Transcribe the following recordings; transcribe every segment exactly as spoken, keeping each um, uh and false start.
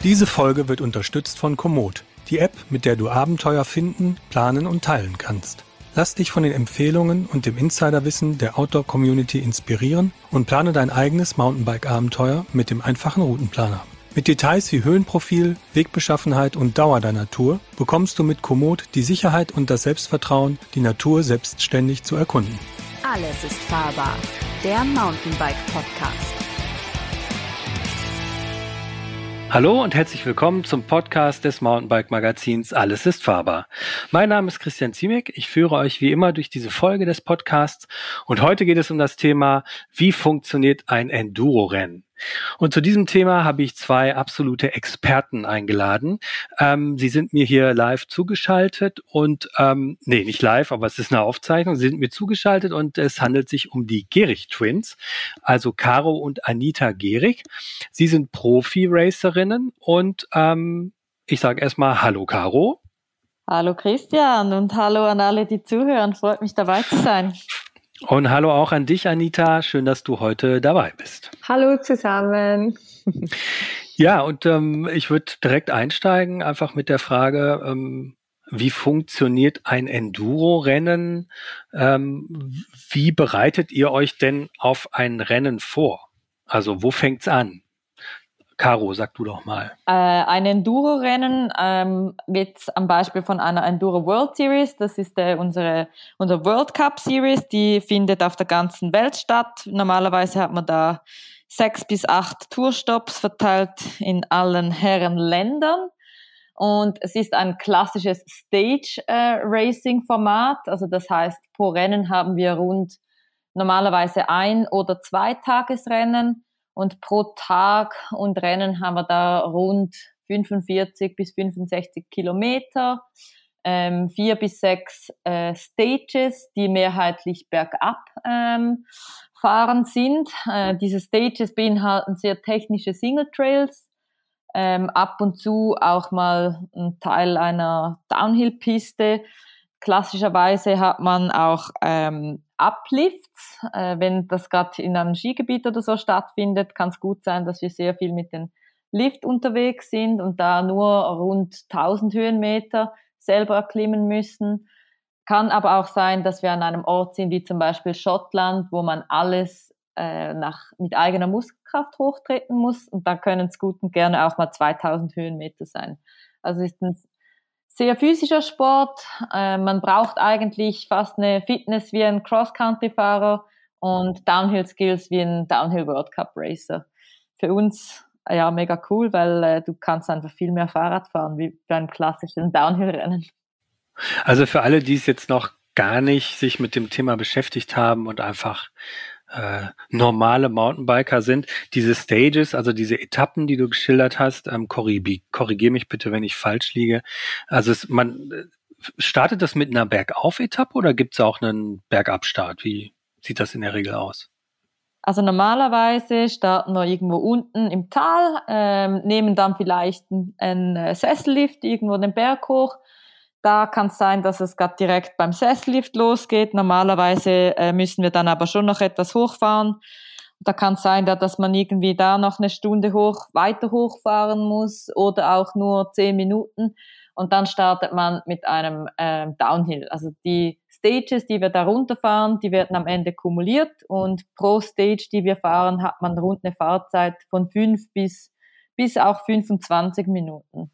Diese Folge wird unterstützt von Komoot, die App, mit der du Abenteuer finden, planen und teilen kannst. Lass dich von den Empfehlungen und dem Insiderwissen der Outdoor-Community inspirieren und plane dein eigenes Mountainbike-Abenteuer mit dem einfachen Routenplaner. Mit Details wie Höhenprofil, Wegbeschaffenheit und Dauer deiner Tour bekommst du mit Komoot die Sicherheit und das Selbstvertrauen, die Natur selbstständig zu erkunden. Alles ist fahrbar, der Mountainbike-Podcast. Hallo und herzlich willkommen zum Podcast des Mountainbike-Magazins Alles ist fahrbar. Mein Name ist Christian Ziemek, ich führe euch wie immer durch diese Folge des Podcasts und heute geht es um das Thema, wie funktioniert ein Enduro-Rennen? Und zu diesem Thema habe ich zwei absolute Experten eingeladen. Ähm, sie sind mir hier live zugeschaltet und, ähm, nee, nicht live, aber es ist eine Aufzeichnung. Sie sind mir zugeschaltet und es handelt sich um die Gehrig Twins, also Caro und Anita Gehrig. Sie sind Profi-Racerinnen und ähm, ich sage erstmal Hallo Caro. Hallo Christian und hallo an alle, die zuhören. Freut mich, dabei zu sein. Und hallo auch an dich, Anita. Schön, dass du heute dabei bist. Hallo zusammen. Ja, und ähm, ich würde direkt einsteigen, einfach mit der Frage, ähm, wie funktioniert ein Enduro-Rennen? Ähm, wie bereitet ihr euch denn auf ein Rennen vor? Also wo fängt's an? Caro, sag du doch mal. Äh, ein Enduro-Rennen ähm, wird am Beispiel von einer Enduro World Series, das ist äh, unsere, unsere World Cup Series, die findet auf der ganzen Welt statt. Normalerweise hat man da sechs bis acht Tourstops verteilt in allen Herrenländern. Und es ist ein klassisches Stage-Racing-Format, also das heißt, pro Rennen haben wir rund normalerweise ein- oder zwei Tagesrennen. Und pro Tag und Rennen haben wir da rund fünfundvierzig bis fünfundsechzig Kilometer, ähm, vier bis sechs äh, Stages, die mehrheitlich bergab ähm, fahren sind. Äh, diese Stages beinhalten sehr technische Single Trails, ähm, ab und zu auch mal ein Teil einer Downhill-Piste. Klassischerweise hat man auch ähm, Uplifts. Äh, wenn das gerade in einem Skigebiet oder so stattfindet, kann es gut sein, dass wir sehr viel mit dem Lift unterwegs sind und da nur rund tausend Höhenmeter selber erklimmen müssen. Kann aber auch sein, dass wir an einem Ort sind, wie zum Beispiel Schottland, wo man alles äh, nach, mit eigener Muskelkraft hochtreten muss. Und da können es gut und gerne auch mal zweitausend Höhenmeter sein. Also ist ein sehr physischer Sport. Äh, man braucht eigentlich fast eine Fitness wie ein Cross-Country-Fahrer und Downhill-Skills wie ein Downhill-World-Cup-Racer. Für uns ja mega cool, weil äh, du kannst einfach viel mehr Fahrrad fahren wie beim klassischen Downhill-Rennen. Also für alle, die es jetzt noch gar nicht sich mit dem Thema beschäftigt haben und einfach äh, normale Mountainbiker sind, diese Stages, also diese Etappen, die du geschildert hast, ähm, korrigier, korrigier mich bitte, wenn ich falsch liege. Also es, man startet das mit einer Bergauf-Etappe oder gibt es auch einen Bergabstart? Wie sieht das in der Regel aus? Also normalerweise starten wir irgendwo unten im Tal, ähm, nehmen dann vielleicht einen äh, Sessellift irgendwo den Berg hoch. Da kann es sein, dass es gerade direkt beim Sessellift losgeht. Normalerweise äh, müssen wir dann aber schon noch etwas hochfahren. Da kann es sein, dass man irgendwie da noch eine Stunde hoch, weiter hochfahren muss oder auch nur zehn Minuten. Und dann startet man mit einem äh, Downhill. Also die Stages, die wir da runterfahren, die werden am Ende kumuliert. Und pro Stage, die wir fahren, hat man rund eine Fahrzeit von fünf bis, bis auch fünfundzwanzig Minuten.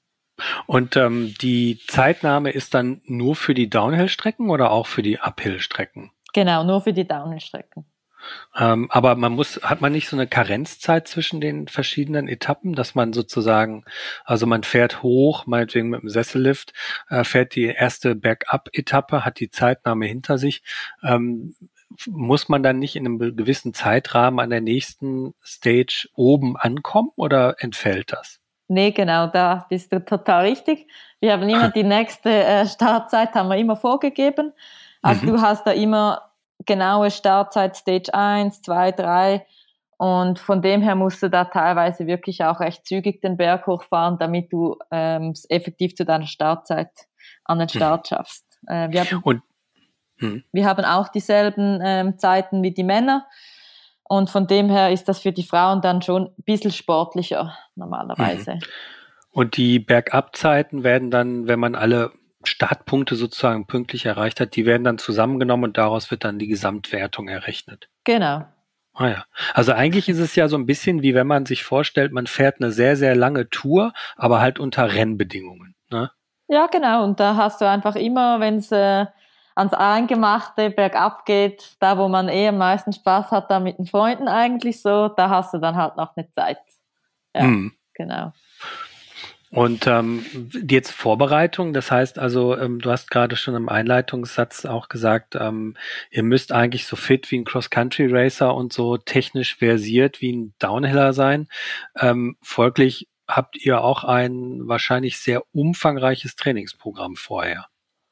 Und ähm, die Zeitnahme ist dann nur für die Downhill-Strecken oder auch für die Uphill-Strecken? Genau, nur für die Downhill-Strecken. Ähm, aber man muss, hat man nicht so eine Karenzzeit zwischen den verschiedenen Etappen, dass man sozusagen, also man fährt hoch, meinetwegen mit dem Sessellift, äh, fährt die erste Bergab-Etappe, hat die Zeitnahme hinter sich. Ähm, muss man dann nicht in einem gewissen Zeitrahmen an der nächsten Stage oben ankommen oder entfällt das? Nee, genau, da bist du total richtig. Wir haben immer die nächste äh, Startzeit, haben wir immer vorgegeben. Also mhm. Du hast da immer genaue Startzeit, Stage eins, zwei, drei. Und von dem her musst du da teilweise wirklich auch recht zügig den Berg hochfahren, damit du ähm, effektiv zu deiner Startzeit an den Start schaffst. Äh, wir, haben, Und, hm. wir haben auch dieselben ähm, Zeiten wie die Männer. Und von dem her ist das für die Frauen dann schon ein bisschen sportlicher normalerweise. Mhm. Und die Bergabzeiten werden dann, wenn man alle Startpunkte sozusagen pünktlich erreicht hat, die werden dann zusammengenommen und daraus wird dann die Gesamtwertung errechnet. Genau. Ah ja. Also eigentlich ist es ja so ein bisschen wie wenn man sich vorstellt, man fährt eine sehr, sehr lange Tour, aber halt unter Rennbedingungen, ne? Ja, genau. Und da hast du einfach immer, wenn es äh, ans Eingemachte bergab geht, da wo man eh am meisten Spaß hat, da mit den Freunden eigentlich so, da hast du dann halt noch eine Zeit. Ja, mhm. Genau. Und ähm, jetzt Vorbereitung, das heißt also, ähm, du hast gerade schon im Einleitungssatz auch gesagt, ähm, ihr müsst eigentlich so fit wie ein Cross-Country-Racer und so technisch versiert wie ein Downhiller sein. Ähm, folglich habt ihr auch ein wahrscheinlich sehr umfangreiches Trainingsprogramm vorher.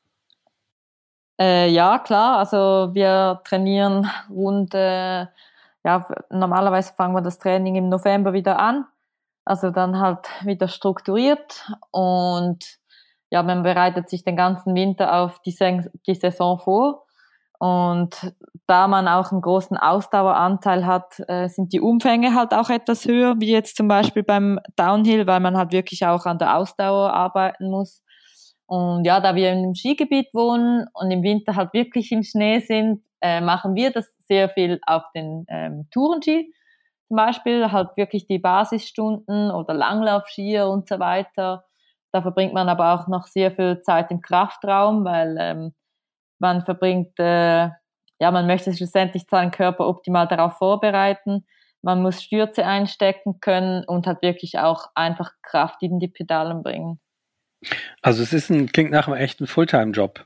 Äh, ja, klar, also wir trainieren rund, äh, ja, normalerweise fangen wir das Training im November wieder an. Also dann halt wieder strukturiert und ja, man bereitet sich den ganzen Winter auf die, Saison, die Saison vor. Und da man auch einen großen Ausdaueranteil hat, äh, sind die Umfänge halt auch etwas höher, wie jetzt zum Beispiel beim Downhill, weil man halt wirklich auch an der Ausdauer arbeiten muss. Und ja, da wir im Skigebiet wohnen und im Winter halt wirklich im Schnee sind, äh, machen wir das sehr viel auf den ähm, Tourenski. Zum Beispiel halt wirklich die Basisstunden oder Langlaufskier und so weiter. Da verbringt man aber auch noch sehr viel Zeit im Kraftraum, weil ähm, man verbringt, äh, ja, man möchte schlussendlich seinen Körper optimal darauf vorbereiten. Man muss Stürze einstecken können und halt wirklich auch einfach Kraft in die Pedalen bringen. Also es ist ein, klingt nach einem echten Fulltime-Job.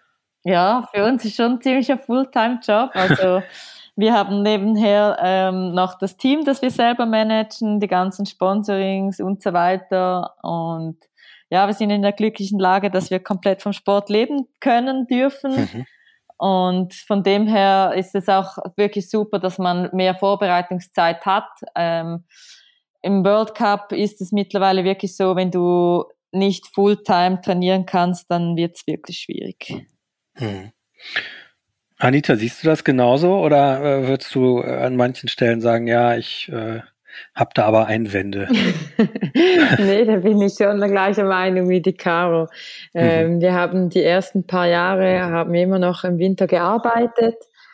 Ja, für uns ist schon ein ziemlicher Fulltime-Job. Also wir haben nebenher ähm, noch das Team, das wir selber managen, die ganzen Sponsorings und so weiter. Und ja, wir sind in der glücklichen Lage, dass wir komplett vom Sport leben können, dürfen. Mhm. Und von dem her ist es auch wirklich super, dass man mehr Vorbereitungszeit hat. Ähm, im World Cup ist es mittlerweile wirklich so, wenn du nicht Fulltime trainieren kannst, dann wird es wirklich schwierig. Hm. Anita, siehst du das genauso oder äh, würdest du äh, an manchen Stellen sagen, ja, ich äh, habe da aber Einwände? Nee, da bin ich schon der gleichen Meinung wie die Caro. Ähm, mhm. Wir haben die ersten paar Jahre, haben wir immer noch im Winter gearbeitet.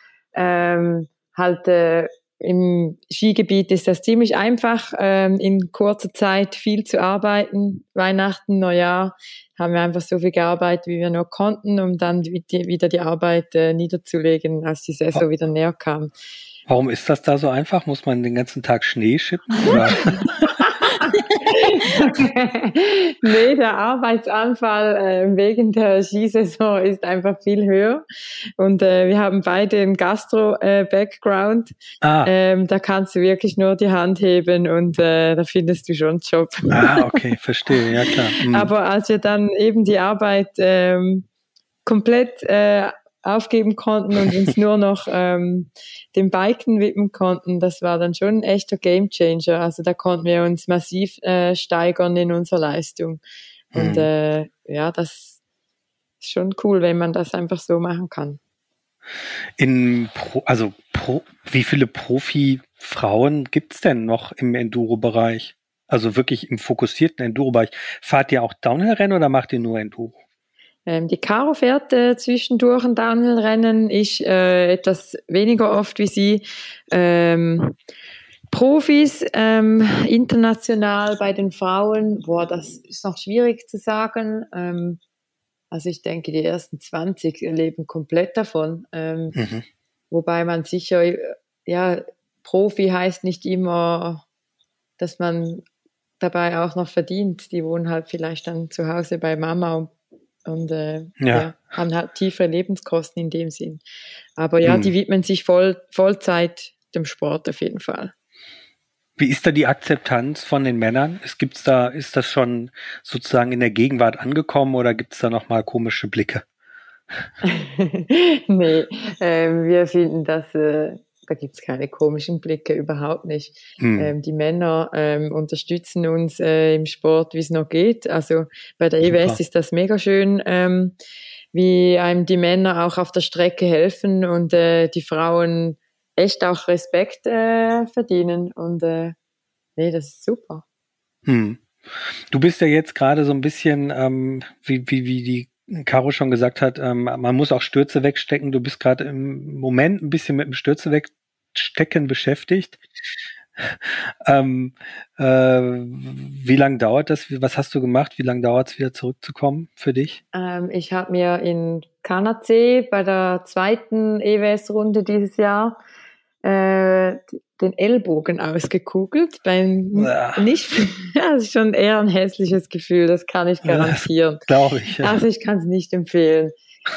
Ähm, halt äh, im Skigebiet ist das ziemlich einfach, ähm, in kurzer Zeit viel zu arbeiten. Weihnachten, Neujahr haben wir einfach so viel gearbeitet, wie wir nur konnten, um dann die, wieder die Arbeit äh, niederzulegen, als die Saison wieder näher kam. Warum ist das da so einfach? Muss man den ganzen Tag Schnee schippen? Oder? Nee, der Arbeitsanfall äh, wegen der Skisaison ist einfach viel höher. Und äh, wir haben beide einen Gastro-Background. Äh, ah. ähm, da kannst du wirklich nur die Hand heben und äh, da findest du schon einen Job. Ah, okay, verstehe, ja klar. Mhm. Aber als wir dann eben die Arbeit ähm, komplett äh, aufgeben konnten und uns nur noch ähm, dem Biken widmen konnten, das war dann schon ein echter Gamechanger. Also da konnten wir uns massiv äh, steigern in unserer Leistung. Und mhm. äh, ja, das ist schon cool, wenn man das einfach so machen kann. In Pro, also Pro, wie viele Profi-Frauen gibt's denn noch im Enduro-Bereich? Also wirklich im fokussierten Enduro-Bereich. Fahrt ihr auch Downhill-Rennen oder macht ihr nur Enduro? Ähm, die Caro fährt äh, zwischendurch ein Downhill-Rennen, ich äh, etwas weniger oft wie sie. Ähm, Profis ähm, international bei den Frauen, boah, das ist noch schwierig zu sagen. Ähm, also ich denke, die ersten zwanzig leben komplett davon. Ähm, mhm. Wobei man sicher, ja, Profi heißt nicht immer, dass man dabei auch noch verdient. Die wohnen halt vielleicht dann zu Hause bei Mama und und äh, ja. ja, haben halt tiefere Lebenskosten in dem Sinn. Aber ja, hm. die widmen sich voll, Vollzeit dem Sport auf jeden Fall. Wie ist da die Akzeptanz von den Männern? Es gibt's da, ist das schon sozusagen in der Gegenwart angekommen oder gibt es da nochmal komische Blicke? Nee, äh, wir finden das, äh, da gibt's keine komischen Blicke, überhaupt nicht. Hm. Ähm, die Männer ähm, unterstützen uns äh, im Sport, wie es noch geht. Also bei der E W S Super. Ist das mega schön, ähm, wie einem die Männer auch auf der Strecke helfen und äh, die Frauen echt auch Respekt äh, verdienen. Und äh, nee, das ist super. Hm. Du bist ja jetzt gerade so ein bisschen, ähm, wie, wie, wie die Caro schon gesagt hat, ähm, man muss auch Stürze wegstecken. Du bist gerade im Moment ein bisschen mit dem Stürze wegstecken beschäftigt. ähm, äh, wie lange dauert das? Was hast du gemacht? Wie lange dauert es, wieder zurückzukommen für dich? Ähm, ich habe mir in K N A C bei der zweiten E W S-Runde dieses Jahr äh, den Ellbogen ausgekugelt. Beim Ja. nicht, das ist schon eher ein hässliches Gefühl, das kann ich garantieren. Glaube ich. Ja. Also ich kann es nicht empfehlen.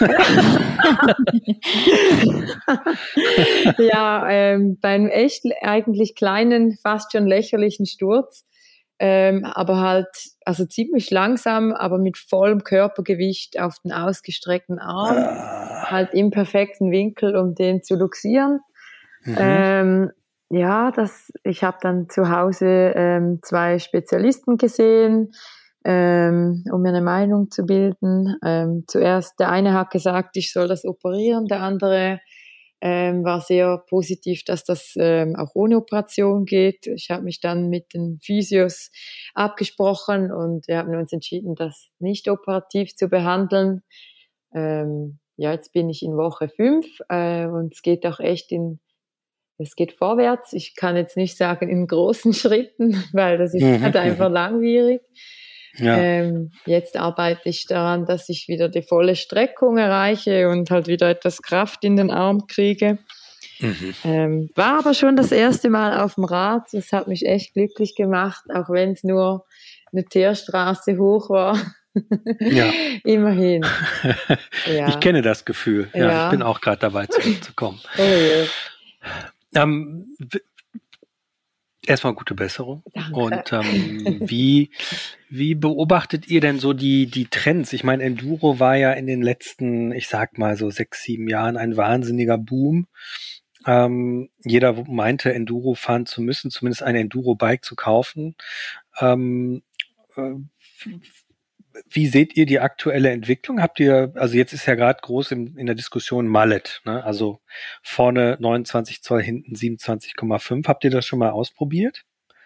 ja, ähm, beim echt eigentlich kleinen, fast schon lächerlichen Sturz, ähm, aber halt, also ziemlich langsam, aber mit vollem Körpergewicht auf den ausgestreckten Arm, Ah. halt im perfekten Winkel, um den zu luxieren. Mhm. Ähm, ja, das, ich habe dann zu Hause ähm, zwei Spezialisten gesehen, ähm, um mir eine Meinung zu bilden. Ähm, zuerst, der eine hat gesagt, ich soll das operieren, der andere ähm, war sehr positiv, dass das ähm, auch ohne Operation geht. Ich habe mich dann mit den Physios abgesprochen und wir haben uns entschieden, das nicht operativ zu behandeln. Ähm, ja, jetzt bin ich in Woche fünf äh, und es geht auch echt in Es geht vorwärts. Ich kann jetzt nicht sagen in großen Schritten, weil das ist mhm, halt einfach langwierig. Ja. Ähm, jetzt arbeite ich daran, dass ich wieder die volle Streckung erreiche und halt wieder etwas Kraft in den Arm kriege. Mhm. Ähm, war aber schon das erste Mal auf dem Rad. Das hat mich echt glücklich gemacht, auch wenn es nur eine Teerstraße hoch war. Ja. Immerhin. Ja. Ich kenne das Gefühl. Ja, ja. Ich bin auch gerade dabei zurückzukommen. Oh je. Ähm, erstmal gute Besserung. Danke. Und ähm, wie, wie beobachtet ihr denn so die, die Trends? Ich meine, Enduro war ja in den letzten, ich sag mal so sechs, sieben Jahren ein wahnsinniger Boom. Ähm, jeder meinte, Enduro fahren zu müssen, zumindest ein Enduro-Bike zu kaufen. Ähm, äh, Wie seht ihr die aktuelle Entwicklung? Habt ihr, also jetzt ist ja gerade groß in, in der Diskussion Mallet, ne? Also vorne neunundzwanzig Zoll, hinten siebenundzwanzig Komma fünf. Habt ihr das schon mal ausprobiert?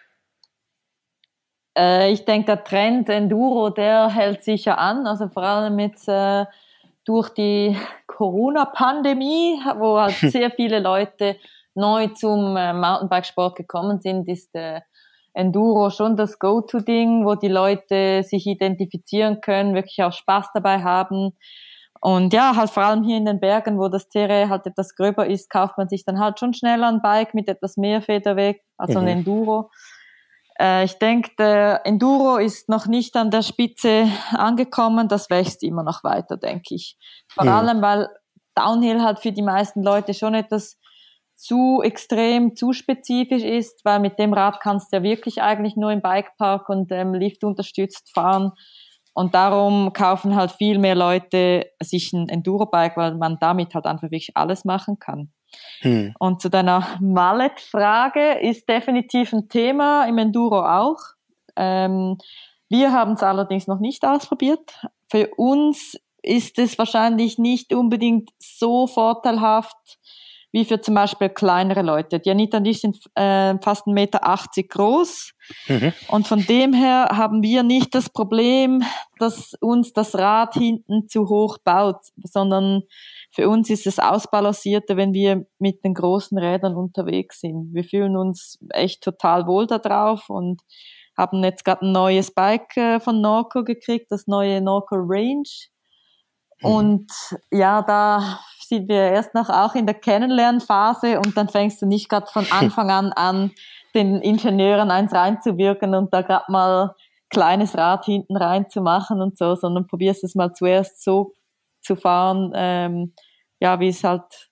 Äh, ich denke, der Trend Enduro, der hält sicher an. Also vor allem jetzt äh, durch die Corona-Pandemie, wo halt sehr viele Leute neu zum äh, Mountainbikesport gekommen sind, ist äh, Enduro schon das Go-To-Ding, wo die Leute sich identifizieren können, wirklich auch Spaß dabei haben. Und ja, halt vor allem hier in den Bergen, wo das Terrain halt etwas gröber ist, kauft man sich dann halt schon schneller ein Bike mit etwas mehr Federweg, also mhm. ein Enduro. Äh, ich denke, der Enduro ist noch nicht an der Spitze angekommen, das wächst immer noch weiter, denke ich. Vor mhm. allem, weil Downhill halt für die meisten Leute schon etwas zu extrem, zu spezifisch ist, weil mit dem Rad kannst du ja wirklich eigentlich nur im Bikepark und ähm, Lift unterstützt fahren. Und darum kaufen halt viel mehr Leute sich ein Enduro-Bike, weil man damit halt einfach wirklich alles machen kann. Hm. Und zu deiner Mallet-Frage ist definitiv ein Thema im Enduro auch. Ähm, wir haben es allerdings noch nicht ausprobiert. Für uns ist es wahrscheinlich nicht unbedingt so vorteilhaft wie für zum Beispiel kleinere Leute. Die Anita und ich sind äh, fast ein Meter achtzig groß. Mhm. Und von dem her haben wir nicht das Problem, dass uns das Rad hinten zu hoch baut, sondern für uns ist es ausbalancierter, wenn wir mit den großen Rädern unterwegs sind. Wir fühlen uns echt total wohl da drauf und haben jetzt gerade ein neues Bike äh, von Norco gekriegt, das neue Norco Range. Mhm. Und ja, da sind wir erst noch auch in der Kennenlernphase und dann fängst du nicht gerade von Anfang an an, den Ingenieuren eins reinzuwirken und da gerade mal kleines Rad hinten reinzumachen und so, sondern probierst es mal zuerst so zu fahren, ähm, ja, wie es halt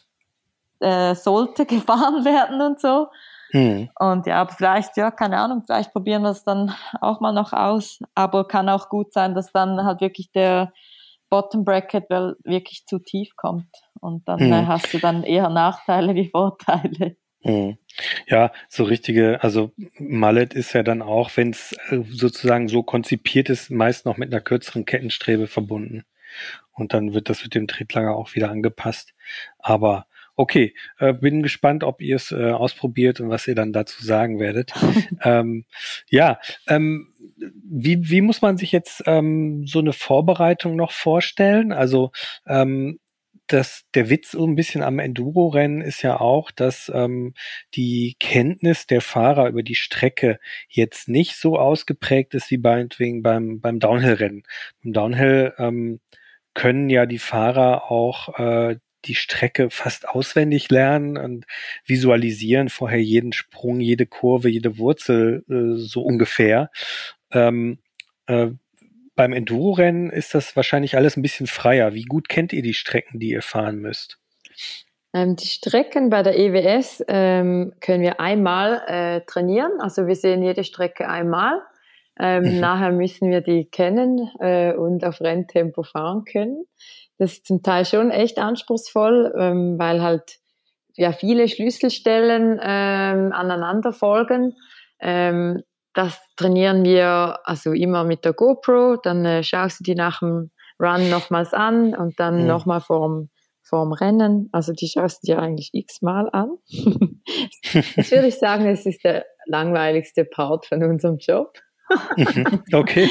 äh, sollte gefahren werden und so. Hm. Und ja, aber vielleicht, ja, keine Ahnung, vielleicht probieren wir es dann auch mal noch aus, aber kann auch gut sein, dass dann halt wirklich der Bottom Bracket weil wirklich zu tief kommt und dann hm. äh, hast du dann eher Nachteile wie Vorteile. Hm. Ja, so richtige, also Mallet ist ja dann auch, wenn es sozusagen so konzipiert ist, meist noch mit einer kürzeren Kettenstrebe verbunden und dann wird das mit dem Tretlager auch wieder angepasst. Aber Okay, äh, bin gespannt, ob ihr es äh, ausprobiert und was ihr dann dazu sagen werdet. ähm, ja, ähm, wie, wie muss man sich jetzt ähm, so eine Vorbereitung noch vorstellen? Also ähm, das, der Witz so ein bisschen am Enduro-Rennen ist ja auch, dass ähm, die Kenntnis der Fahrer über die Strecke jetzt nicht so ausgeprägt ist wie meinetwegen beim, beim Downhill-Rennen. Beim Downhill ähm, können ja die Fahrer auch äh, die Strecke fast auswendig lernen und visualisieren vorher jeden Sprung, jede Kurve, jede Wurzel äh, so ungefähr. Ähm, äh, beim Enduro-Rennen ist das wahrscheinlich alles ein bisschen freier. Wie gut kennt ihr die Strecken, die ihr fahren müsst? Ähm, die Strecken bei der E W S ähm, können wir einmal äh, trainieren. Also wir sehen jede Strecke einmal. Ähm, mhm. Nachher müssen wir die kennen äh, und auf Renntempo fahren können. Das ist zum Teil schon echt anspruchsvoll, ähm, weil halt ja viele Schlüsselstellen ähm, aneinander folgen. Ähm, das trainieren wir also immer mit der GoPro. Dann äh, schaust du die nach dem Run nochmals an und dann mhm. nochmal vorm vorm Rennen. Also die schaust du dir eigentlich x-mal an. Das würde ich sagen, es ist der langweiligste Part von unserem Job. Okay.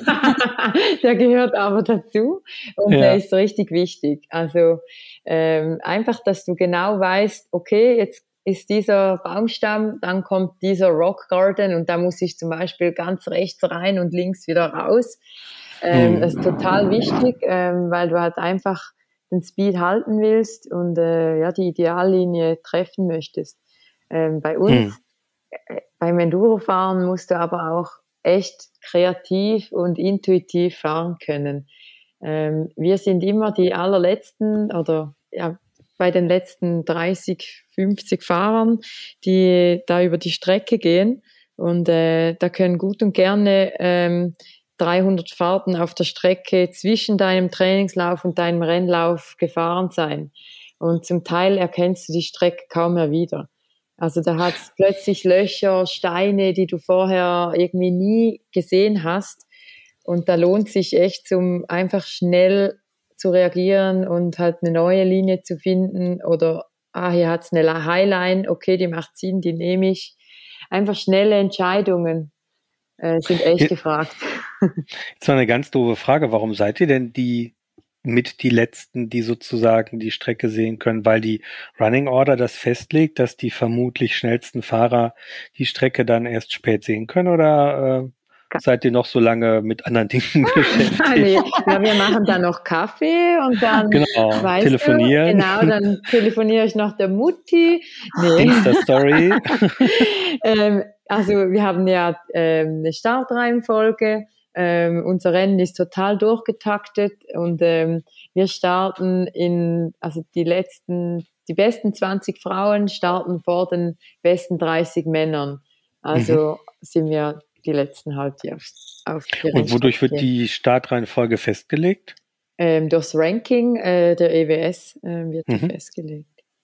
Der gehört aber dazu und ja. Der ist richtig wichtig. Also ähm, einfach, dass du genau weißt, okay, jetzt ist dieser Baumstamm, dann kommt dieser Rock Garden und da muss ich zum Beispiel ganz rechts rein und links wieder raus. Ähm, hm. Das ist total wichtig, ähm, weil du halt einfach den Speed halten willst und äh, ja die Ideallinie treffen möchtest. Ähm, bei uns, hm. äh, beim Endurofahren musst du aber auch echt kreativ und intuitiv fahren können. Ähm, wir sind immer die allerletzten oder ja, bei den letzten dreißig, fünfzig Fahrern, die da über die Strecke gehen und äh, da können gut und gerne ähm, dreihundert Fahrten auf der Strecke zwischen deinem Trainingslauf und deinem Rennlauf gefahren sein. Und zum Teil erkennst du die Strecke kaum mehr wieder. Also da hat es plötzlich Löcher, Steine, die du vorher irgendwie nie gesehen hast. Und da lohnt sich echt, zum einfach schnell zu reagieren und halt eine neue Linie zu finden. Oder, ah, hier hat es eine Highline, okay, die macht Sinn, die nehme ich. Einfach schnelle Entscheidungen äh, sind echt Jetzt, gefragt. Jetzt noch eine ganz doofe Frage. Warum seid ihr denn die mit die Letzten, die sozusagen die Strecke sehen können, weil die Running Order das festlegt, dass die vermutlich schnellsten Fahrer die Strecke dann erst spät sehen können, oder äh, seid ihr noch so lange mit anderen Dingen beschäftigt? Nee, ja, wir machen dann noch Kaffee und dann genau, telefonieren. Du, genau, dann telefoniere ich noch der Mutti. Nee. Insta-Story. ähm, also wir haben ja ähm, eine Startreihenfolge. Ähm, unser Rennen ist total durchgetaktet und ähm, wir starten in, also die letzten, die besten zwanzig Frauen starten vor den besten dreißig Männern. Also mhm. sind wir die letzten halt hier auf, auf die Und wodurch wird die Startreihenfolge festgelegt? Ähm, durchs Ranking äh, der E W S äh, wird die mhm. festgelegt.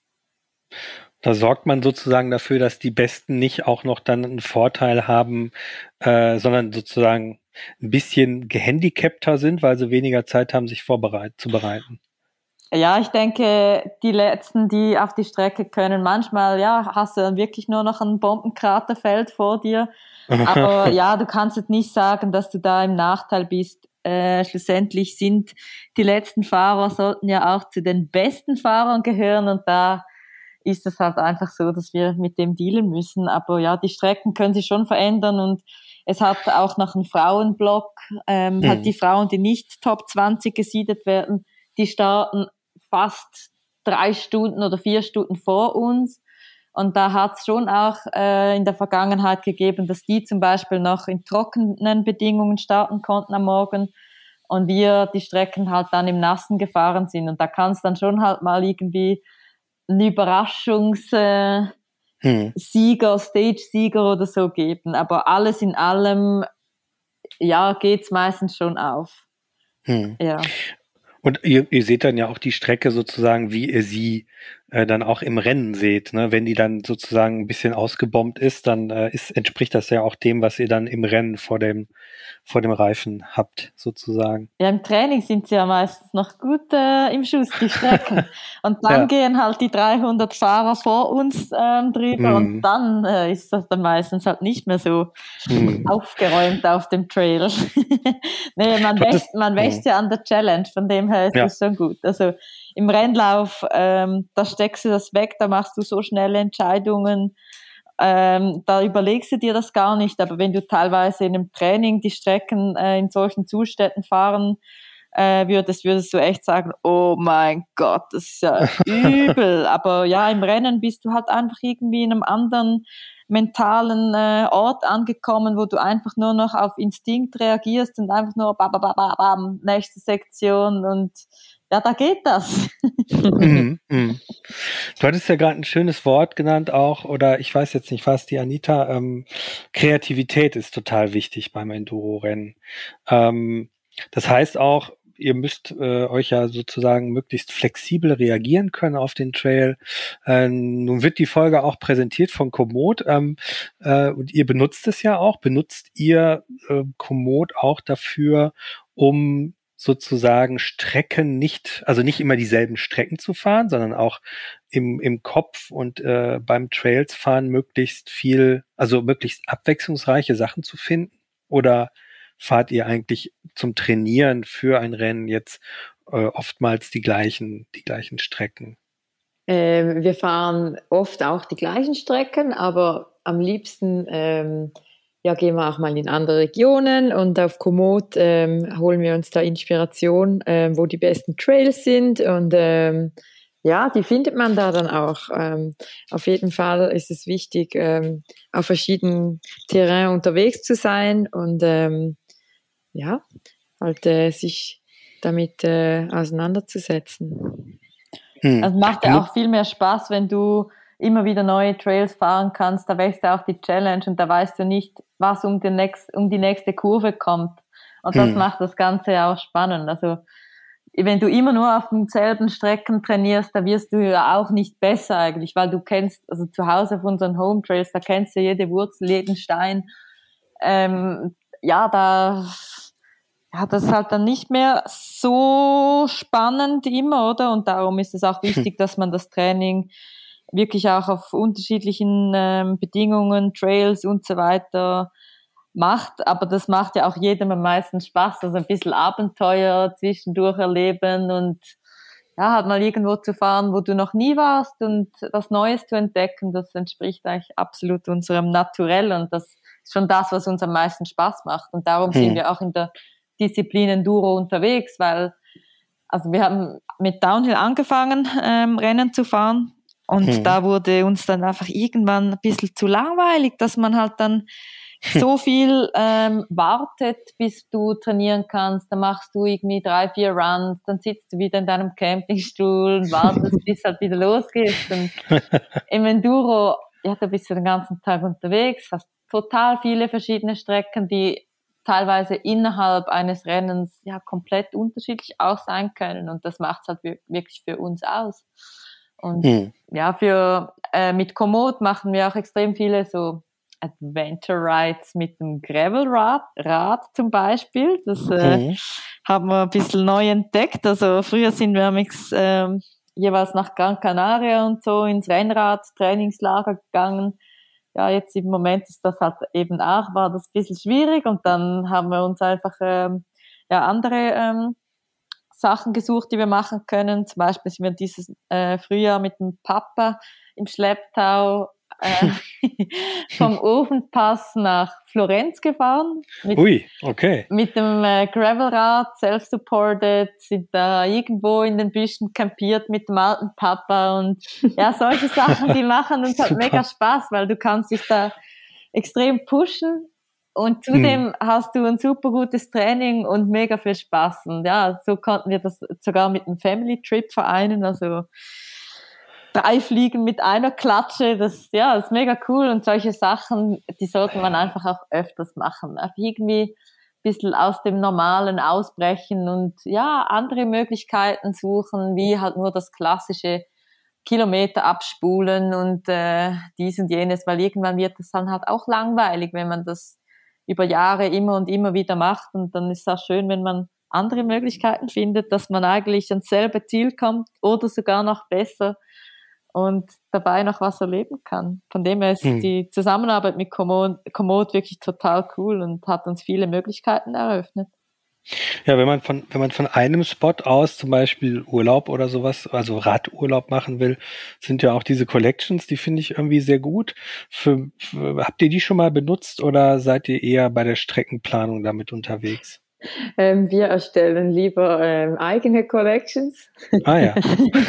Da sorgt man sozusagen dafür, dass die Besten nicht auch noch dann einen Vorteil haben, äh, sondern sozusagen ein bisschen gehandicapter sind, weil sie weniger Zeit haben, sich vorzubereiten. Ja, ich denke, die Letzten, die auf die Strecke können, manchmal, ja, hast du dann wirklich nur noch ein Bombenkraterfeld vor dir. Aber ja, du kannst jetzt nicht sagen, dass du da im Nachteil bist. Äh, schlussendlich sind die letzten Fahrer, sollten ja auch zu den besten Fahrern gehören und da ist es halt einfach so, dass wir mit dem dealen müssen. Aber ja, die Strecken können sich schon verändern und es hat auch noch einen Frauenblock, ähm, mhm. halt die Frauen, die nicht Top zwanzig gesiedet werden, die starten fast drei Stunden oder vier Stunden vor uns. Und da hat es schon auch äh, in der Vergangenheit gegeben, dass die zum Beispiel noch in trockenen Bedingungen starten konnten am Morgen und wir die Strecken halt dann im Nassen gefahren sind. Und da kann es dann schon halt mal irgendwie einen Überraschungssieger, äh, hm. Stage-Sieger oder so geben. Aber alles in allem, ja, geht's meistens schon auf. Hm. Ja. Und ihr, ihr seht dann ja auch die Strecke sozusagen, wie ihr sie äh, dann auch im Rennen seht. Ne? Wenn die dann sozusagen ein bisschen ausgebombt ist, dann äh, ist, entspricht das ja auch dem, was ihr dann im Rennen vor dem, vor dem Reifen habt, sozusagen. Ja, im Training sind sie ja meistens noch gut äh, im Schuss, die Strecken. Und dann ja. gehen halt die dreihundert Fahrer vor uns ähm, drüber mm. und dann äh, ist das dann meistens halt nicht mehr so mm. aufgeräumt auf dem Trail. Nee, man wächst, man wächst ja an der Challenge, von dem her ist ja. das schon gut. Also im Rennlauf, ähm, da steckst du das weg, da machst du so schnelle Entscheidungen, ähm, da überlegst du dir das gar nicht. Aber wenn du teilweise in einem Training die Strecken äh, in solchen Zuständen fahren äh, würdest, würdest du echt sagen, oh mein Gott, das ist ja übel. Aber ja, im Rennen bist du halt einfach irgendwie in einem anderen mentalen äh, Ort angekommen, wo du einfach nur noch auf Instinkt reagierst und einfach nur bam, bam, bam, bam, nächste Sektion und ja, da geht das. mm, mm. Du hattest ja gerade ein schönes Wort genannt auch, oder ich weiß jetzt nicht was, die Anita, ähm, Kreativität ist total wichtig beim Enduro-Rennen. Ähm, das heißt auch, ihr müsst äh, euch ja sozusagen möglichst flexibel reagieren können auf den Trail. Äh, nun wird die Folge auch präsentiert von Komoot ähm, äh, und ihr benutzt es ja auch. Benutzt ihr äh, Komoot auch dafür, um sozusagen Strecken nicht, also nicht immer dieselben Strecken zu fahren, sondern auch im, im Kopf und äh, beim Trailsfahren möglichst viel, also möglichst abwechslungsreiche Sachen zu finden? Oder fahrt ihr eigentlich zum Trainieren für ein Rennen jetzt äh, oftmals die gleichen, die gleichen Strecken? Ähm, wir fahren oft auch die gleichen Strecken, aber am liebsten ähm, ja, gehen wir auch mal in andere Regionen und auf Komoot ähm, holen wir uns da Inspiration, ähm, wo die besten Trails sind und ähm, ja, die findet man da dann auch. Ähm, auf jeden Fall ist es wichtig, ähm, auf verschiedenen Terrain unterwegs zu sein und ähm, ja, halt äh, sich damit äh, auseinanderzusetzen. Hm. Also macht ja auch viel mehr Spaß, wenn du immer wieder neue Trails fahren kannst, da wächst ja auch die Challenge und da weißt du nicht, was um die, nächst, um die nächste Kurve kommt. Und das hm. macht das Ganze ja auch spannend. Also wenn du immer nur auf denselben Strecken trainierst, da wirst du ja auch nicht besser eigentlich, weil du kennst, also zu Hause auf unseren Home Trails, da kennst du jede Wurzel, jeden Stein. Ähm, ja, da ja, das ist halt dann nicht mehr so spannend immer, oder? Und darum ist es auch wichtig, dass man das Training wirklich auch auf unterschiedlichen ähm, Bedingungen, Trails und so weiter macht. Aber das macht ja auch jedem am meisten Spaß, also ein bisschen Abenteuer zwischendurch erleben und ja, halt mal irgendwo zu fahren, wo du noch nie warst und was Neues zu entdecken, das entspricht eigentlich absolut unserem Naturell und das ist schon das, was uns am meisten Spaß macht. Und darum hm. sind wir auch in der Disziplin Enduro unterwegs, weil also wir haben mit Downhill angefangen, ähm, Rennen zu fahren. Und hm. da wurde uns dann einfach irgendwann ein bisschen zu langweilig, dass man halt dann so viel ähm, wartet, bis du trainieren kannst. Dann machst du irgendwie drei, vier Runs, dann sitzt du wieder in deinem Campingstuhl und wartest, bis halt wieder losgeht. Und im Enduro, ja, da bist du den ganzen Tag unterwegs, hast total viele verschiedene Strecken, die teilweise innerhalb eines Rennens ja komplett unterschiedlich auch sein können. Und das macht es halt wirklich für uns aus. Und hm. ja, für äh, mit Komoot machen wir auch extrem viele so Adventure Rides mit dem Gravelrad Rad zum Beispiel. Das äh, hm. haben wir ein bisschen neu entdeckt. Also früher sind wir mix, äh, jeweils nach Gran Canaria und so ins Rennrad-Trainingslager gegangen. Ja, jetzt im Moment ist das halt eben auch, war das ein bisschen schwierig und dann haben wir uns einfach ähm, ja andere ähm, Sachen gesucht, die wir machen können. Zum Beispiel sind wir dieses äh, Frühjahr mit dem Papa im Schlepptau äh, vom Ofenpass nach Florenz gefahren. Mit, Ui, okay. Mit dem äh, Gravelrad, self-supported, sind da irgendwo in den Büschen campiert mit dem alten Papa und ja, solche Sachen, die machen uns halt mega Spaß, weil du kannst dich da extrem pushen. Und zudem hm. hast du ein super gutes Training und mega viel Spaß. Und ja, so konnten wir das sogar mit einem Family Trip vereinen. Also drei Fliegen mit einer Klatsche, das, ja, das ist mega cool. Und solche Sachen, die sollte man einfach auch öfters machen. Auch irgendwie ein bisschen aus dem Normalen ausbrechen und ja, andere Möglichkeiten suchen, wie halt nur das klassische Kilometer abspulen und äh, dies und jenes, weil irgendwann wird das dann halt auch langweilig, wenn man das über Jahre immer und immer wieder macht, und dann ist es auch schön, wenn man andere Möglichkeiten findet, dass man eigentlich ans selbe Ziel kommt oder sogar noch besser und dabei noch was erleben kann. Von dem her ist hm. die Zusammenarbeit mit Komoot, Komoot wirklich total cool und hat uns viele Möglichkeiten eröffnet. Ja, wenn man von, wenn man von einem Spot aus zum Beispiel Urlaub oder sowas, also Radurlaub machen will, sind ja auch diese Collections, die finde ich irgendwie sehr gut. Für, für, habt ihr die schon mal benutzt oder seid ihr eher bei der Streckenplanung damit unterwegs? Ähm, wir erstellen lieber ähm, eigene Collections. Ah ja.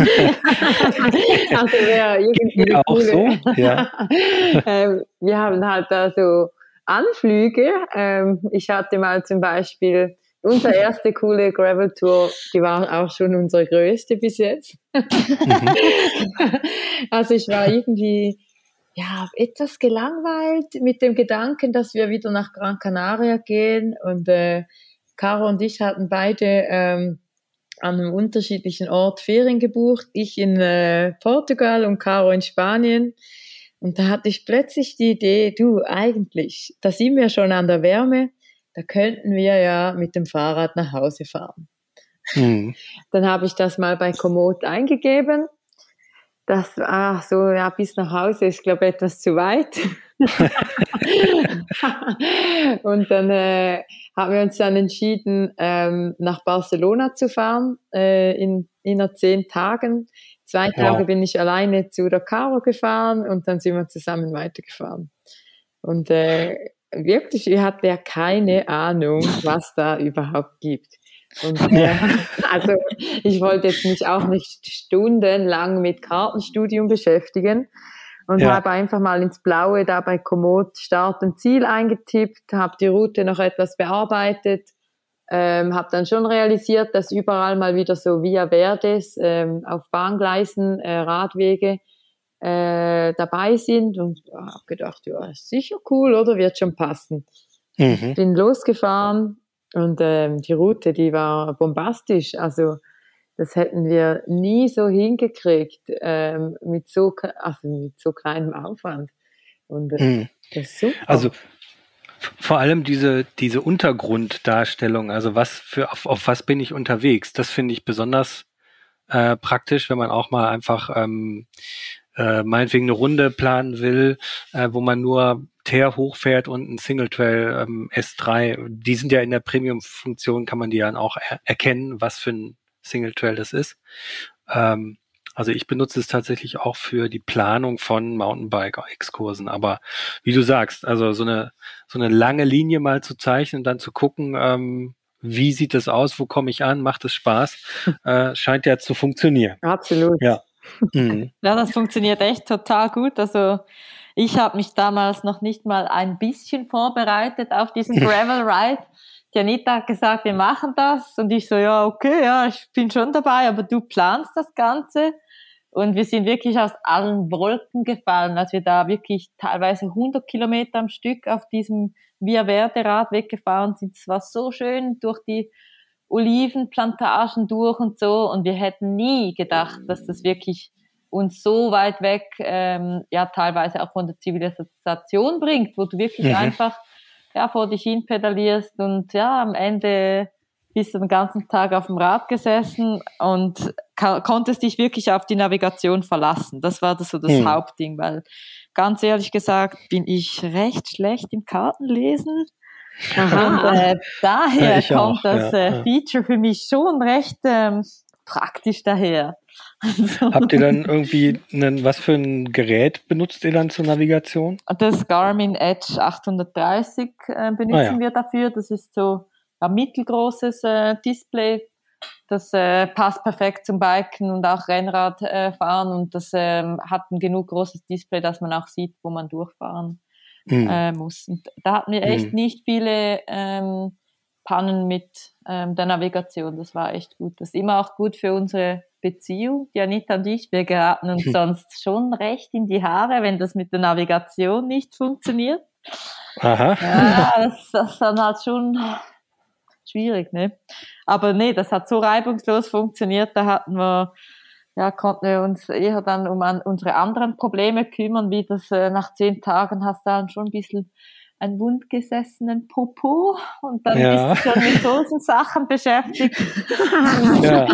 Also wäre irgendwie ja, auch coole. so? Ja. ähm, wir haben halt da so Anflüge. Ähm, ich hatte mal zum Beispiel unsere erste coole Gravel-Tour, die war auch schon unsere größte bis jetzt. Mhm. Also ich war irgendwie ja etwas gelangweilt mit dem Gedanken, dass wir wieder nach Gran Canaria gehen, und äh, Caro und ich hatten beide ähm, an einem unterschiedlichen Ort Ferien gebucht. Ich in äh, Portugal und Caro in Spanien. Und da hatte ich plötzlich die Idee, du, eigentlich, da sind wir schon an der Wärme, da könnten wir ja mit dem Fahrrad nach Hause fahren. Mhm. Dann habe ich das mal bei Komoot eingegeben. Das, ach so, ja, bis nach Hause ist, glaube ich, etwas zu weit. Und dann äh, haben wir uns dann entschieden, ähm, nach Barcelona zu fahren, äh, in innerhalb zehn Tagen. Zwei Tage wow. bin ich alleine zu der Caro gefahren und dann sind wir zusammen weitergefahren. Und äh, wirklich, ich hatte ja keine Ahnung, was da überhaupt gibt. Und äh, also ich wollte jetzt mich auch nicht stundenlang mit Kartenstudium beschäftigen und ja. habe einfach mal ins Blaue da bei Komoot Start und Ziel eingetippt, habe die Route noch etwas bearbeitet, ähm, habe dann schon realisiert, dass überall mal wieder so Via Verdes ähm, auf Bahngleisen, äh, Radwege äh, dabei sind, und ja, habe gedacht, ja, ist sicher cool, oder? Wird schon passen. Mhm. Bin losgefahren und ähm, die Route, die war bombastisch, also das hätten wir nie so hingekriegt, ähm, mit so, also mit so kleinem Aufwand. Und äh, mhm. das ist super. Also vor allem diese diese Untergrunddarstellung, also was für auf, auf was bin ich unterwegs, das finde ich besonders äh, praktisch, wenn man auch mal einfach ähm, äh, meinetwegen eine Runde planen will, äh, wo man nur Teer hochfährt und ein Single Trail ähm, S drei, die sind ja in der Premium-Funktion, kann man die dann auch er- erkennen, was für ein Single Trail das ist. Ähm, also ich benutze es tatsächlich auch für die Planung von Mountainbike-Exkursen, aber wie du sagst, also so eine so eine lange Linie mal zu zeichnen und dann zu gucken, ähm, wie sieht das aus, wo komme ich an, macht es Spaß, äh, scheint ja zu funktionieren. Absolut. Ja. Mhm. Ja, das funktioniert echt total gut. Also ich habe mich damals noch nicht mal ein bisschen vorbereitet auf diesen Gravel Ride. Die Anita hat gesagt, wir machen das, und ich so, ja, okay, ja, ich bin schon dabei, aber du planst das Ganze. Und wir sind wirklich aus allen Wolken gefallen, als wir da wirklich teilweise hundert Kilometer am Stück auf diesem Via Verde Radweg gefahren sind. Es war so schön durch die Olivenplantagen durch und so, und wir hätten nie gedacht, dass das wirklich uns so weit weg, ähm, ja, teilweise auch von der Zivilisation bringt, wo du wirklich mhm. einfach ja, vor dich hin pedalierst, und ja, am Ende bist du den ganzen Tag auf dem Rad gesessen und ka- konntest dich wirklich auf die Navigation verlassen. Das war das so das mhm. Hauptding, weil ganz ehrlich gesagt bin ich recht schlecht im Kartenlesen. Aha. Und äh, daher ja, kommt auch, das ja, äh, Feature für mich schon recht ähm, praktisch daher. Also, habt ihr dann irgendwie einen, was für ein Gerät benutzt ihr dann zur Navigation? Das Garmin Edge achthundertdreißig äh, benutzen ah, ja. wir dafür. Das ist so ein mittelgroßes äh, Display. Das äh, passt perfekt zum Biken und auch Rennradfahren, äh, und das äh, hat ein genug großes Display, dass man auch sieht, wo man durchfahren mm. äh, muss. Und da hatten wir echt mm. nicht viele ähm, Pannen mit ähm, der Navigation. Das war echt gut. Das ist immer auch gut für unsere Beziehung. Die Anita und ich, wir geraten uns sonst schon recht in die Haare, wenn das mit der Navigation nicht funktioniert. Aha. Ja, das, das ist dann halt schon schwierig, ne? Aber nee, das hat so reibungslos funktioniert. Da hatten wir ja, konnten wir uns eher dann um an unsere anderen Probleme kümmern, wie das äh, nach zehn Tagen hast du dann schon ein bisschen einen wundgesessenen Popo und dann Ja. bist du schon mit solchen Sachen beschäftigt. Ja.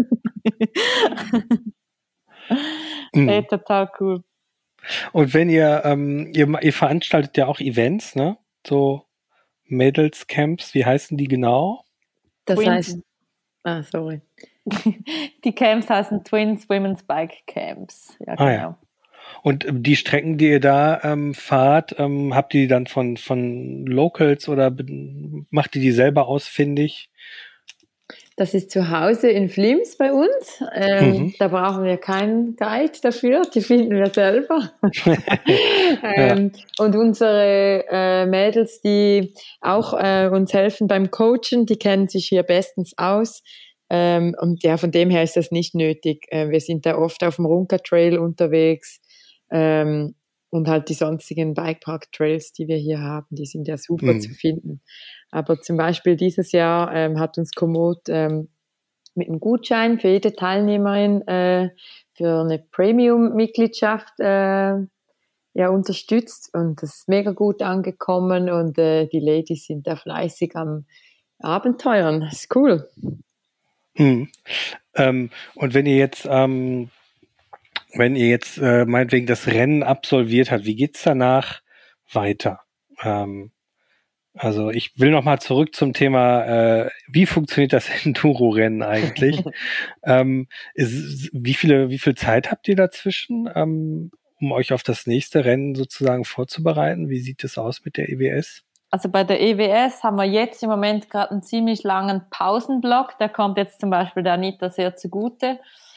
Hey, total cool. Und wenn ihr, ähm, ihr, ihr veranstaltet ja auch Events, ne? So Mädelscamps, wie heißen die genau? Das Twins. heißt, ah, sorry. Die Camps heißen Twins Women's Bike Camps. Ja, Ah, genau. ja. Und ähm, die Strecken, die ihr da ähm, fahrt, ähm, habt ihr die dann von, von Locals oder be- macht ihr die selber ausfindig? Das ist zu Hause in Flims bei uns. Ähm, Mhm. Da brauchen wir keinen Guide dafür, die finden wir selber. ähm, und unsere äh, Mädels, die auch äh, uns helfen beim Coachen, die kennen sich hier bestens aus. Ähm, und ja, von dem her ist das nicht nötig. Äh, wir sind da oft auf dem Runker Trail unterwegs. Ähm, und halt die sonstigen Bikepark-Trails, die wir hier haben, die sind ja super Mhm. zu finden. Aber zum Beispiel dieses Jahr ähm, hat uns Komoot ähm, mit einem Gutschein für jede Teilnehmerin äh, für eine Premium-Mitgliedschaft äh, ja, unterstützt. Und das ist mega gut angekommen und äh, die Ladies sind da fleißig am Abenteuern. Das ist cool. Mhm. Ähm, und wenn ihr jetzt, ähm, wenn ihr jetzt äh, meinetwegen das Rennen absolviert habt, wie geht's danach weiter? Ähm, also ich will noch mal zurück zum Thema, äh, wie funktioniert das Enduro-Rennen eigentlich? ähm, ist, wie viele, wie viel Zeit habt ihr dazwischen, ähm, um euch auf das nächste Rennen sozusagen vorzubereiten? Wie sieht es aus mit der E W S? Also bei der E W S haben wir jetzt im Moment gerade einen ziemlich langen Pausenblock. Der kommt jetzt zum Beispiel der Anita sehr zugute,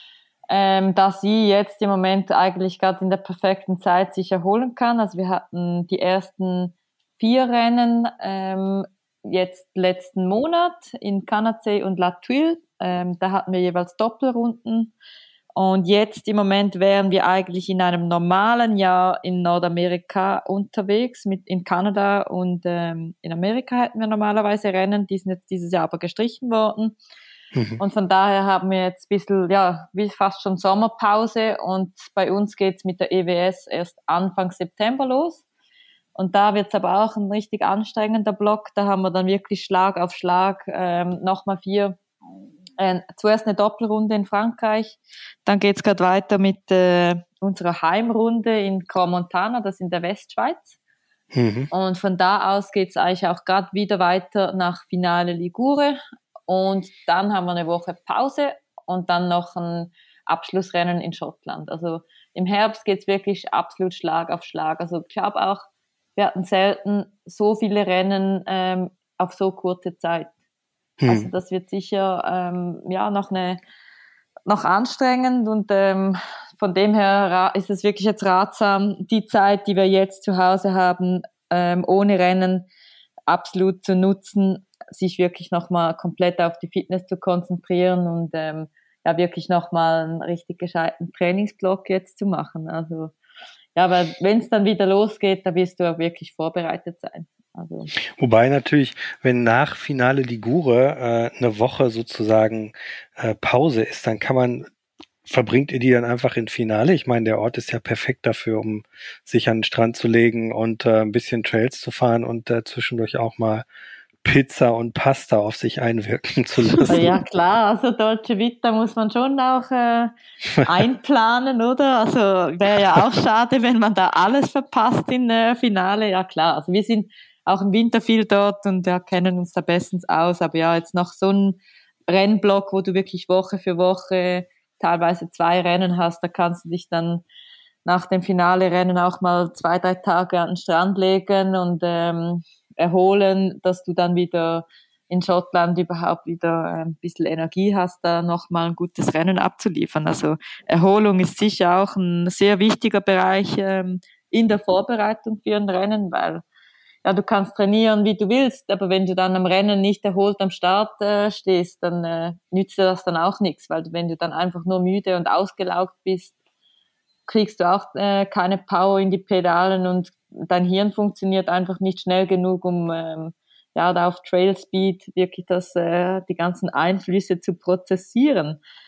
ähm, da sie jetzt im Moment eigentlich gerade in der perfekten Zeit sich erholen kann. Also wir hatten die ersten vier Rennen ähm, jetzt letzten Monat in Canacé und La Tuile. Ähm, da hatten wir jeweils Doppelrunden. Und jetzt im Moment wären wir eigentlich in einem normalen Jahr in Nordamerika unterwegs, mit in Kanada und ähm, in Amerika hätten wir normalerweise Rennen, die sind jetzt dieses Jahr aber gestrichen worden. Mhm. Und von daher haben wir jetzt ein bisschen, ja, wie fast schon Sommerpause und bei uns geht's mit der E W S erst Anfang September los. Und da wird's aber auch ein richtig anstrengender Block, da haben wir dann wirklich Schlag auf Schlag ähm, nochmal vier Äh, zuerst eine Doppelrunde in Frankreich, dann geht's gerade weiter mit äh, unserer Heimrunde in Crans-Montana, das in der Westschweiz. Mhm. Und von da aus geht's eigentlich auch gerade wieder weiter nach Finale Ligure. Und dann haben wir eine Woche Pause und dann noch ein Abschlussrennen in Schottland. Also im Herbst geht's wirklich absolut Schlag auf Schlag. Also ich glaube auch, wir hatten selten so viele Rennen ähm, auf so kurze Zeit. Mhm. Also das wird sicher ähm, ja noch eine noch anstrengend und ähm, von dem her ist es wirklich jetzt ratsam, die Zeit, die wir jetzt zu Hause haben, ähm, ohne Rennen absolut zu nutzen, sich wirklich nochmal komplett auf die Fitness zu konzentrieren und ähm, ja wirklich nochmal einen richtig gescheiten Trainingsblock jetzt zu machen. Also ja, weil wenn es dann wieder losgeht, da wirst du auch wirklich vorbereitet sein. Also. Wobei natürlich, wenn nach Finale Ligure äh, eine Woche sozusagen äh, Pause ist, dann kann man, verbringt ihr die dann einfach in Finale? Ich meine, der Ort ist ja perfekt dafür, um sich an den Strand zu legen und äh, ein bisschen Trails zu fahren und äh, zwischendurch auch mal Pizza und Pasta auf sich einwirken zu lassen. Ja klar, also Dolce Vita muss man schon auch äh, einplanen, oder? Also wäre ja auch schade, wenn man da alles verpasst in äh, Finale. Ja klar, also wir sind auch im Winter viel dort und ja, kennen uns da bestens aus. Aber ja, jetzt noch so ein Rennblock, wo du wirklich Woche für Woche teilweise zwei Rennen hast, da kannst du dich dann nach dem Finale-Rennen auch mal zwei, drei Tage an den Strand legen und ähm, erholen, dass du dann wieder in Schottland überhaupt wieder ein bisschen Energie hast, da nochmal ein gutes Rennen abzuliefern. Also Erholung ist sicher auch ein sehr wichtiger Bereich ähm, in der Vorbereitung für ein Rennen, weil ja, du kannst trainieren, wie du willst, aber wenn du dann am Rennen nicht erholt am Start äh, stehst, dann äh, nützt dir das dann auch nichts, weil wenn du dann einfach nur müde und ausgelaugt bist, kriegst du auch äh, keine Power in die Pedalen und dein Hirn funktioniert einfach nicht schnell genug, um ähm, ja da auf Trail Speed wirklich das äh, die ganzen Einflüsse zu prozessieren.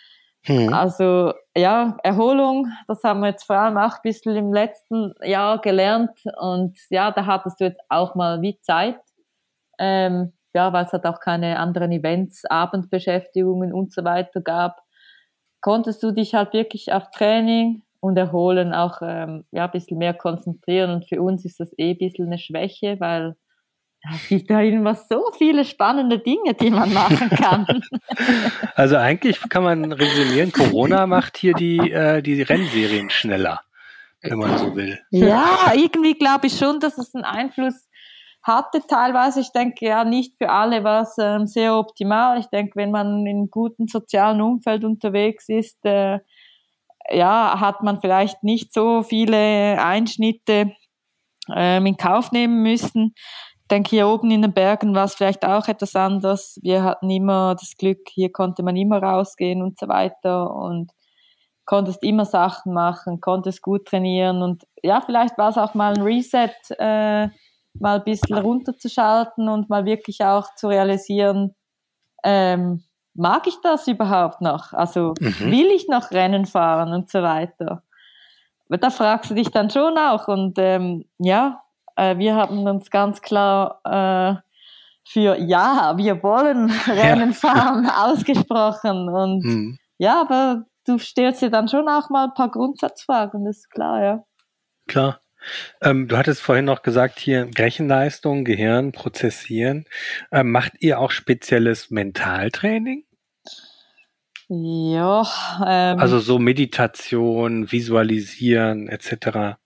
Mhm. Also ja, Erholung, das haben wir jetzt vor allem auch ein bisschen im letzten Jahr gelernt und ja, da hattest du jetzt auch mal wie Zeit, ähm, ja, weil es halt auch keine anderen Events, Abendbeschäftigungen und so weiter gab, konntest du dich halt wirklich auf Training und Erholen auch ähm, ja, ein bisschen mehr konzentrieren und für uns ist das eh ein bisschen eine Schwäche, weil es gibt da immer so viele spannende Dinge, die man machen kann. Also eigentlich kann man resümieren, Corona macht hier die, äh, die Rennserien schneller, wenn man so will. Ja, irgendwie glaube ich schon, dass es einen Einfluss hatte teilweise. Ich denke, ja, nicht für alle war es ähm, sehr optimal. Ich denke, wenn man in einem guten sozialen Umfeld unterwegs ist, äh, ja, hat man vielleicht nicht so viele Einschnitte ähm, in Kauf nehmen müssen. Ich denke, hier oben in den Bergen war es vielleicht auch etwas anders. Wir hatten immer das Glück, hier konnte man immer rausgehen und so weiter und konntest immer Sachen machen, konntest gut trainieren und ja, vielleicht war es auch mal ein Reset, äh, mal ein bisschen runterzuschalten und mal wirklich auch zu realisieren, ähm, mag ich das überhaupt noch? Also mhm. will ich noch Rennen fahren und so weiter? Da fragst du dich dann schon auch und ähm, ja, äh, wir haben uns ganz klar äh, für ja, wir wollen Rennen ja. fahren ausgesprochen und mhm. ja, aber du stellst dir dann schon auch mal ein paar Grundsatzfragen, das ist klar, ja. Klar. Ähm, du hattest vorhin noch gesagt, hier Rechenleistung, Gehirn, Prozessieren. Ähm, macht ihr auch spezielles Mentaltraining? Ja. Ähm, also so Meditation, Visualisieren et cetera.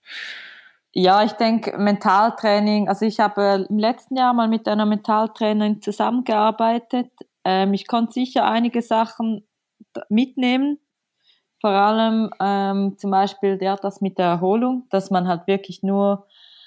Ja, ich denke Mentaltraining, also ich habe im letzten Jahr mal mit einer Mentaltrainerin zusammengearbeitet. Ähm, ich konnte sicher einige Sachen mitnehmen, vor allem ähm, zum Beispiel ja, das mit der Erholung, dass man halt wirklich nur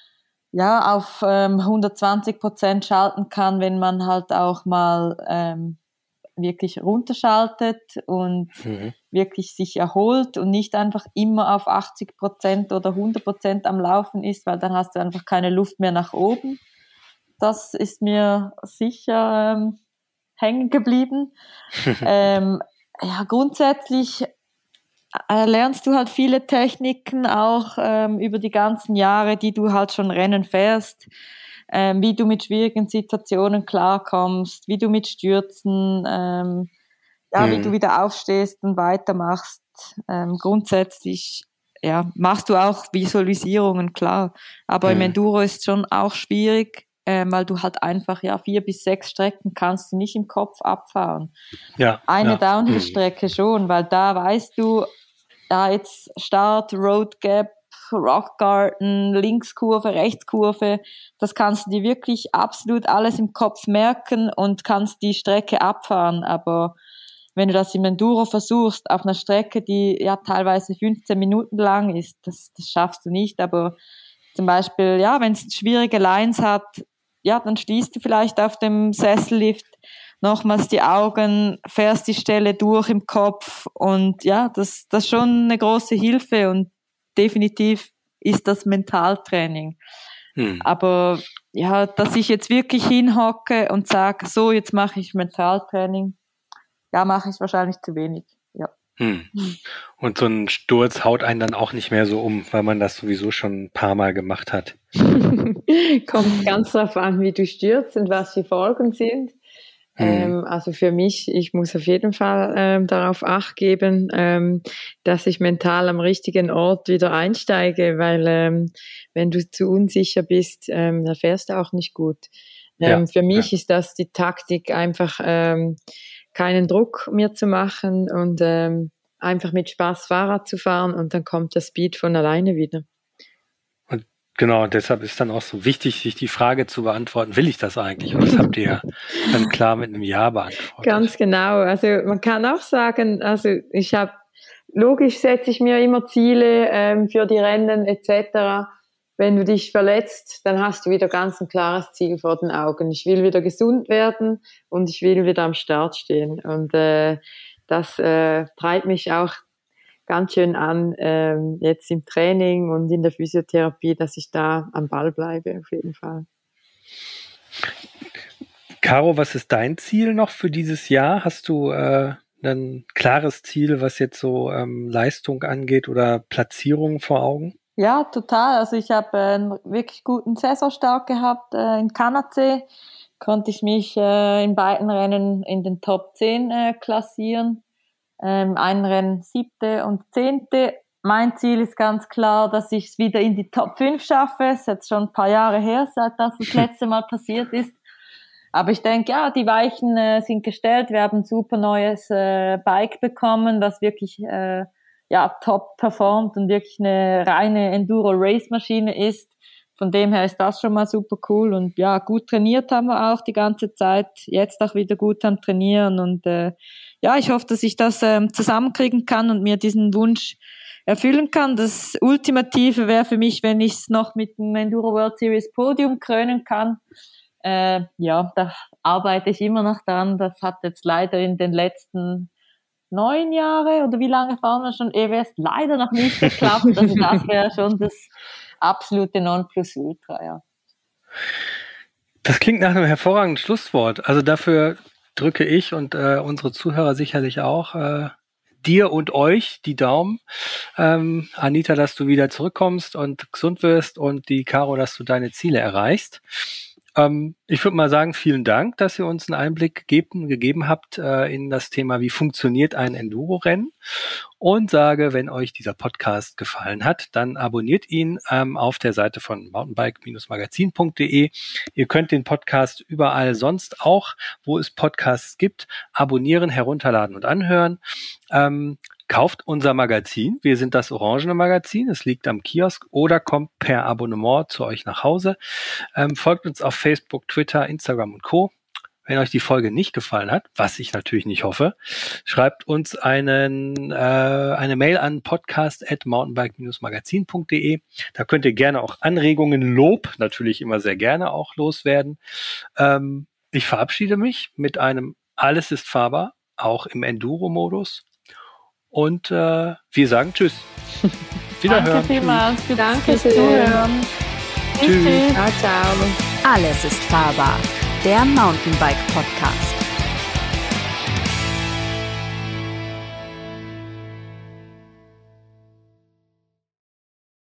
ja, auf ähm, hundertzwanzig Prozent schalten kann, wenn man halt auch mal ähm, wirklich runterschaltet und mhm. wirklich sich erholt und nicht einfach immer auf achtzig Prozent oder hundert Prozent am Laufen ist, weil dann hast du einfach keine Luft mehr nach oben. Das ist mir sicher ähm, hängen geblieben. ähm, ja, grundsätzlich äh, lernst du halt viele Techniken auch ähm, über die ganzen Jahre, die du halt schon Rennen fährst. Ähm, wie du mit schwierigen Situationen klarkommst, wie du mit Stürzen, ähm, ja, mhm. wie du wieder aufstehst und weitermachst. Ähm, grundsätzlich, ja, machst du auch Visualisierungen, klar. Aber mhm. im Enduro ist schon auch schwierig, ähm, weil du halt einfach, ja, vier bis sechs Strecken kannst du nicht im Kopf abfahren. Ja. Eine ja. Downhill-Strecke mhm. schon, weil da weißt du, ja, jetzt Start, Road Gap, Rock Garden, Linkskurve, Rechtskurve, das kannst du dir wirklich absolut alles im Kopf merken und kannst die Strecke abfahren, aber wenn du das im Enduro versuchst, auf einer Strecke, die ja teilweise fünfzehn Minuten lang ist, das, das schaffst du nicht, aber zum Beispiel, ja, wenn es schwierige Lines hat, ja, dann schließt du vielleicht auf dem Sessellift nochmals die Augen, fährst die Stelle durch im Kopf und ja, das, das ist schon eine große Hilfe und definitiv ist das Mentaltraining. Hm. Aber ja, dass ich jetzt wirklich hinhocke und sage, so, jetzt mache ich Mentaltraining, ja, mache ich wahrscheinlich zu wenig. Ja. Hm. Und so ein Sturz haut einen dann auch nicht mehr so um, weil man das sowieso schon ein paar Mal gemacht hat. Kommt ganz drauf an, wie du stürzt und was die Folgen sind. Mhm. Ähm, also für mich, ich muss auf jeden Fall ähm, darauf Acht geben, ähm, dass ich mental am richtigen Ort wieder einsteige, weil ähm, wenn du zu unsicher bist, ähm, dann fährst du auch nicht gut. Ähm, ja, für mich ja. ist das die Taktik, einfach ähm, keinen Druck mehr zu machen und ähm, einfach mit Spaß Fahrrad zu fahren und dann kommt der Speed von alleine wieder. Genau, und deshalb ist dann auch so wichtig, sich die Frage zu beantworten, will ich das eigentlich? Und das habt ihr ja dann klar mit einem Ja beantwortet. Ganz genau. Also man kann auch sagen, also ich habe, logisch setze ich mir immer Ziele ähm, für die Rennen et cetera. Wenn du dich verletzt, dann hast du wieder ganz ein klares Ziel vor den Augen. Ich will wieder gesund werden und ich will wieder am Start stehen. Und äh, das äh, treibt mich auch ganz schön an, ähm, jetzt im Training und in der Physiotherapie, dass ich da am Ball bleibe, auf jeden Fall. Caro, was ist dein Ziel noch für dieses Jahr? Hast du äh, ein klares Ziel, was jetzt so ähm, Leistung angeht oder Platzierung vor Augen? Ja, total. Also ich habe einen wirklich guten Saisonstart gehabt äh, in Kanazee. Konnte ich mich äh, in beiden Rennen in den Top zehn äh, klassieren. Ähm, ein Rennen siebte und zehnte. Mein Ziel ist ganz klar, dass ich es wieder in die Top fünf schaffe. Es ist jetzt schon ein paar Jahre her, seit das das letzte Mal passiert ist. Aber ich denke, ja, die Weichen äh, sind gestellt. Wir haben ein super neues äh, Bike bekommen, das wirklich äh, ja top performt und wirklich eine reine Enduro-Race-Maschine ist. Von dem her ist das schon mal super cool. Und ja, gut trainiert haben wir auch die ganze Zeit. Jetzt auch wieder gut am Trainieren. Und äh, ja, ich hoffe, dass ich das ähm, zusammenkriegen kann und mir diesen Wunsch erfüllen kann. Das Ultimative wäre für mich, wenn ich es noch mit dem Enduro World Series Podium krönen kann. Äh, ja, da arbeite ich immer noch dran. Das hat jetzt leider in den letzten neun Jahren oder wie lange fahren wir schon E W S leider noch nicht geklappt. Also das wäre schon das absolute Nonplusultra, ja. Das klingt nach einem hervorragenden Schlusswort. Also dafür drücke ich und äh, unsere Zuhörer sicherlich auch äh, dir und euch die Daumen. Ähm, Anita, dass du wieder zurückkommst und gesund wirst und die Caro, dass du deine Ziele erreichst. Ähm, ich würde mal sagen, vielen Dank, dass ihr uns einen Einblick gegeben, gegeben habt äh, in das Thema, wie funktioniert ein Enduro-Rennen, und sage, wenn euch dieser Podcast gefallen hat, dann abonniert ihn ähm, auf der Seite von mountainbike magazin punkt de. Ihr könnt den Podcast überall sonst auch, wo es Podcasts gibt, abonnieren, herunterladen und anhören. Ähm, Kauft unser Magazin. Wir sind das orangene Magazin. Es liegt am Kiosk oder kommt per Abonnement zu euch nach Hause. Ähm, folgt uns auf Facebook, Twitter, Instagram und Co. Wenn euch die Folge nicht gefallen hat, was ich natürlich nicht hoffe, schreibt uns einen, äh, eine Mail an podcast at mountainbike magazin punkt de. Da könnt ihr gerne auch Anregungen, Lob natürlich immer sehr gerne auch loswerden. Ähm, ich verabschiede mich mit einem Alles ist fahrbar, auch im Enduro-Modus. Und äh, wir sagen Tschüss. Wiederhören. Danke vielmals. Für Danke fürs Zuhören. Tschüss. Ciao, ciao. Alles ist fahrbar. Der Mountainbike Podcast.